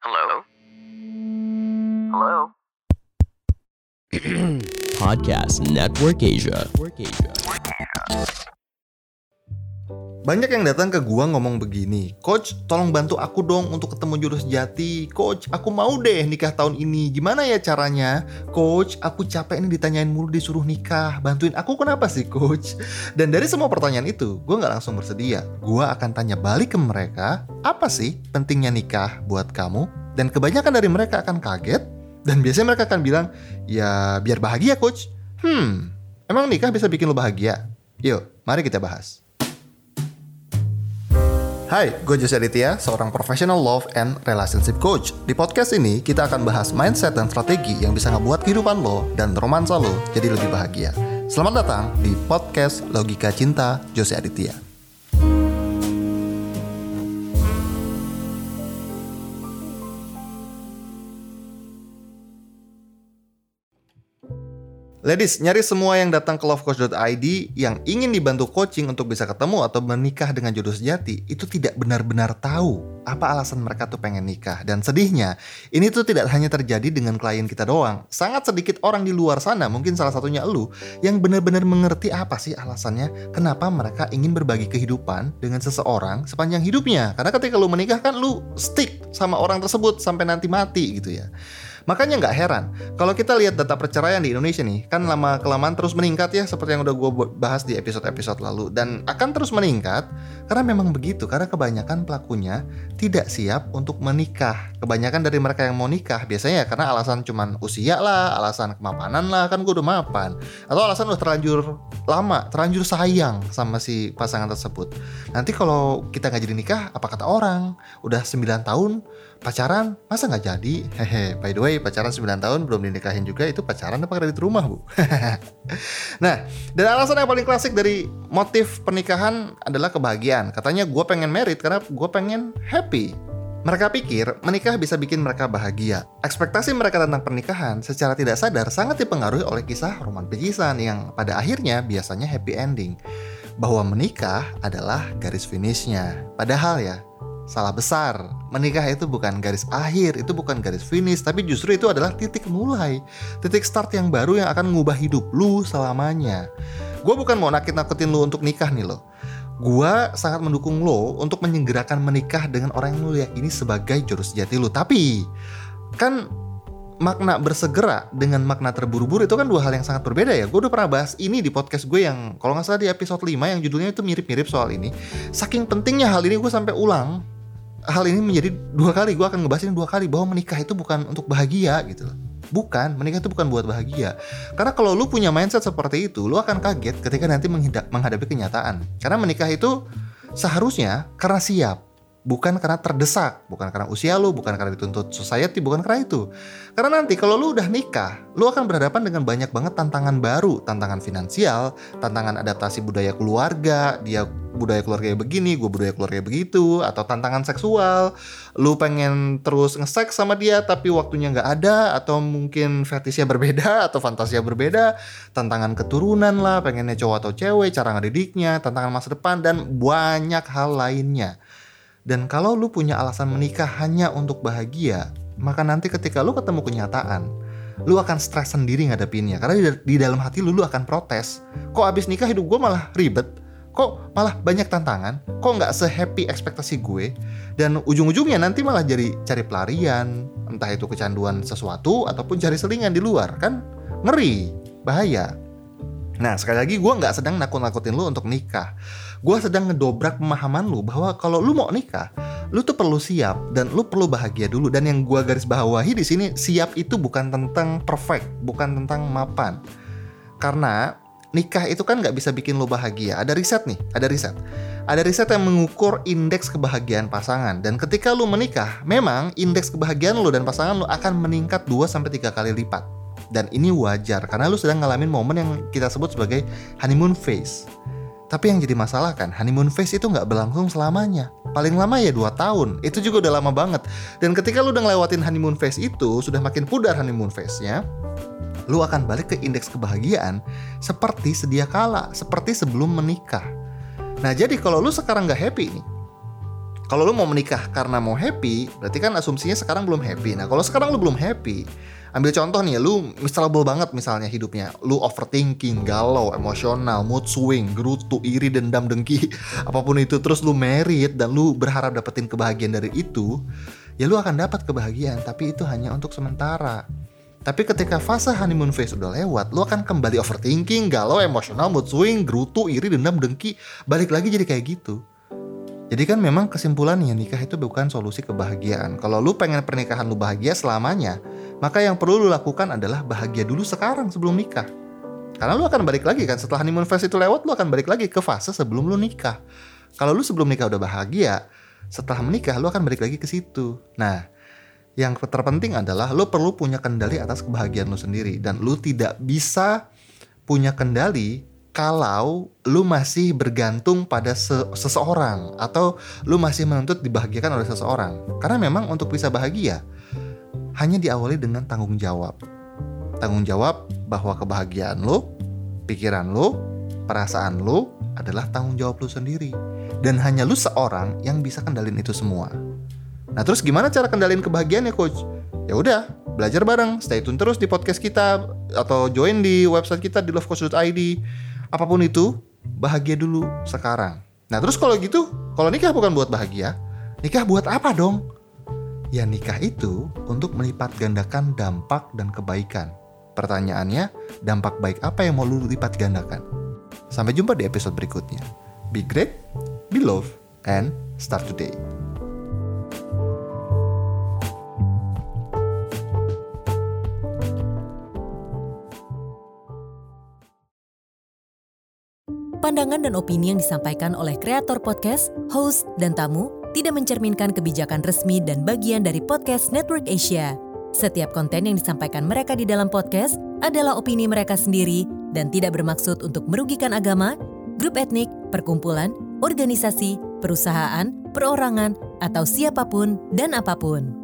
Hello? Hello? Podcast Network Asia. Banyak yang datang ke gua ngomong begini, "Coach, tolong bantu aku dong untuk ketemu jodoh sejati. Coach, aku mau deh nikah tahun ini. Gimana ya caranya? Coach, aku capek ini ditanyain mulu disuruh nikah. Bantuin aku kenapa sih, Coach?" Dan dari semua pertanyaan itu, gua nggak langsung bersedia. Gua akan tanya balik ke mereka, apa sih pentingnya nikah buat kamu? Dan kebanyakan dari mereka akan kaget. Dan biasanya mereka akan bilang, "Ya biar bahagia, Coach." Emang nikah bisa bikin lo bahagia? Yuk, mari kita bahas. Hai, gue Jose Aditya, seorang professional love and relationship coach. Di podcast ini, kita akan bahas mindset dan strategi yang bisa ngebuat kehidupan lo dan romansa lo jadi lebih bahagia. Selamat datang di podcast Logika Cinta Jose Aditya. Ladies, nyari semua yang datang ke lovecoach.id yang ingin dibantu coaching untuk bisa ketemu atau menikah dengan jodoh sejati, itu tidak benar-benar tahu apa alasan mereka tuh pengen nikah. Dan sedihnya, ini tuh tidak hanya terjadi dengan klien kita doang. Sangat sedikit orang di luar sana, mungkin salah satunya elu, yang benar-benar mengerti apa sih alasannya kenapa mereka ingin berbagi kehidupan dengan seseorang sepanjang hidupnya. Karena ketika lu menikah kan lu stick sama orang tersebut sampai nanti mati gitu ya. Makanya nggak heran kalau kita lihat data perceraian di Indonesia nih, kan lama-kelamaan terus meningkat ya, seperti yang udah gue bahas di episode-episode lalu. Dan akan terus meningkat karena memang begitu, karena kebanyakan pelakunya tidak siap untuk menikah. Kebanyakan dari mereka yang mau nikah biasanya karena alasan cuman usia lah, alasan kemapanan lah, kan gue udah mapan, atau alasan udah terlanjur lama, terlanjur sayang sama si pasangan tersebut. Nanti kalau kita nggak jadi nikah, apa kata orang? Udah 9 tahun pacaran, masa nggak jadi? By the way, pacaran 9 tahun belum dinikahin juga, itu pacaran apa kredit rumah, Bu? Nah, dan alasan yang paling klasik dari motif pernikahan adalah kebahagiaan. Katanya gue pengen married karena gue pengen happy. Mereka pikir menikah bisa bikin mereka bahagia. Ekspektasi mereka tentang pernikahan secara tidak sadar sangat dipengaruhi oleh kisah roman picisan yang pada akhirnya biasanya happy ending. Bahwa menikah adalah garis finishnya. Padahal ya, salah besar. Menikah itu bukan garis akhir, itu bukan garis finish, tapi justru itu adalah titik mulai, titik start yang baru yang akan mengubah hidup lu selamanya. Gue bukan mau nakut-nakutin lu untuk nikah nih lo. Gue sangat mendukung lo untuk menyegerakan menikah dengan orang yang lo yakini sebagai jodoh sejati lo. Tapi kan makna bersegera dengan makna terburu-buru itu kan dua hal yang sangat berbeda ya. Gue udah pernah bahas ini di podcast gue yang kalau gak salah di episode 5 yang judulnya itu mirip-mirip soal ini. Saking pentingnya hal ini gue sampai ulang hal ini menjadi 2 kali. Gue akan ngebahasin 2 kali bahwa menikah itu bukan untuk bahagia gitu loh. Bukan, menikah itu bukan buat bahagia. Karena kalau lu punya mindset seperti itu, lu akan kaget ketika nanti menghadapi kenyataan. Karena menikah itu seharusnya karena siap, bukan karena terdesak, bukan karena usia lu, bukan karena dituntut society, bukan karena itu. Karena nanti kalau lu udah nikah, lu akan berhadapan dengan banyak banget tantangan baru, tantangan finansial, tantangan adaptasi budaya keluarga, dia budaya keluarga begini, gue budaya keluarga begitu, atau tantangan seksual, lu pengen terus nge-seks sama dia tapi waktunya nggak ada, atau mungkin fetishnya berbeda atau fantasia berbeda, tantangan keturunan lah, pengennya cowok atau cewek, cara ngedidiknya, tantangan masa depan, dan banyak hal lainnya. Dan kalau lu punya alasan menikah hanya untuk bahagia, maka nanti ketika lu ketemu kenyataan, lu akan stres sendiri ngadepinnya. Karena di dalam hati lu akan protes. Kok abis nikah hidup gue malah ribet? Kok malah banyak tantangan? Kok gak se-happy ekspektasi gue? Dan ujung-ujungnya nanti malah jadi cari pelarian, entah itu kecanduan sesuatu ataupun cari selingan di luar. Kan ngeri, bahaya. Nah, sekali lagi gue gak sedang nakut-nakutin lu untuk nikah. Gue sedang ngedobrak pemahaman lu bahwa kalau lu mau nikah, lu tuh perlu siap dan lu perlu bahagia dulu. Dan yang gue garis bawahi di sini, siap itu bukan tentang perfect, bukan tentang mapan. Karena nikah itu kan gak bisa bikin lu bahagia. Ada riset nih, ada riset yang mengukur indeks kebahagiaan pasangan. Dan ketika lu menikah, memang indeks kebahagiaan lu dan pasangan lu akan meningkat 2-3 kali lipat. Dan ini wajar karena lu sedang ngalamin momen yang kita sebut sebagai honeymoon phase. Tapi yang jadi masalah kan, honeymoon phase itu gak berlangsung selamanya. Paling lama ya 2 tahun, itu juga udah lama banget. Dan ketika lu udah ngelewatin honeymoon phase itu, sudah makin pudar honeymoon phase-nya, lu akan balik ke indeks kebahagiaan seperti sedia kala, seperti sebelum menikah. Nah jadi kalau lu sekarang gak happy nih, Kalau lu mau menikah karena mau happy, berarti kan asumsinya sekarang belum happy. Nah, kalau sekarang lu belum happy, ambil contoh nih, lu miserable banget misalnya hidupnya. Lu overthinking, galau, emosional, mood swing, gerutu, iri, dendam, dengki, apapun itu. Terus lu married dan lu berharap dapetin kebahagiaan dari itu, ya lu akan dapat kebahagiaan, tapi itu hanya untuk sementara. Tapi ketika fase honeymoon phase udah lewat, lu akan kembali overthinking, galau, emosional, mood swing, gerutu, iri, dendam, dengki, balik lagi jadi kayak gitu. Jadi kan memang kesimpulannya nikah itu bukan solusi kebahagiaan. Kalau lu pengen pernikahan lu bahagia selamanya, maka yang perlu lu lakukan adalah bahagia dulu sekarang sebelum nikah. Karena lu akan balik lagi kan, setelah honeymoon phase itu lewat, lu akan balik lagi ke fase sebelum lu nikah. Kalau lu sebelum nikah udah bahagia, setelah menikah lu akan balik lagi ke situ. Nah, yang terpenting adalah lu perlu punya kendali atas kebahagiaan lu sendiri. Dan lu tidak bisa punya kendali kalau lu masih bergantung pada seseorang, atau lu masih menuntut dibahagiakan oleh seseorang. Karena memang untuk bisa bahagia hanya diawali dengan tanggung jawab. Tanggung jawab bahwa kebahagiaan lu, pikiran lu, perasaan lu adalah tanggung jawab lu sendiri. Dan hanya lu seorang yang bisa kendalin itu semua. Nah, terus gimana cara kendalin kebahagiaan ya, Coach? Ya udah, belajar bareng, stay tune terus di podcast kita atau join di website kita di lovecoach.id. Apapun itu, bahagia dulu sekarang. Nah, terus kalau gitu, kalau nikah bukan buat bahagia, nikah buat apa dong? Ya, nikah itu untuk melipat gandakan dampak dan kebaikan. Pertanyaannya, dampak baik apa yang mau lu lipat gandakan? Sampai jumpa di episode berikutnya. Be great, be love, and start today. Pandangan dan opini yang disampaikan oleh kreator podcast, host, dan tamu tidak mencerminkan kebijakan resmi dan bagian dari podcast Network Asia. Setiap konten yang disampaikan mereka di dalam podcast adalah opini mereka sendiri dan tidak bermaksud untuk merugikan agama, grup etnik, perkumpulan, organisasi, perusahaan, perorangan, atau siapapun dan apapun.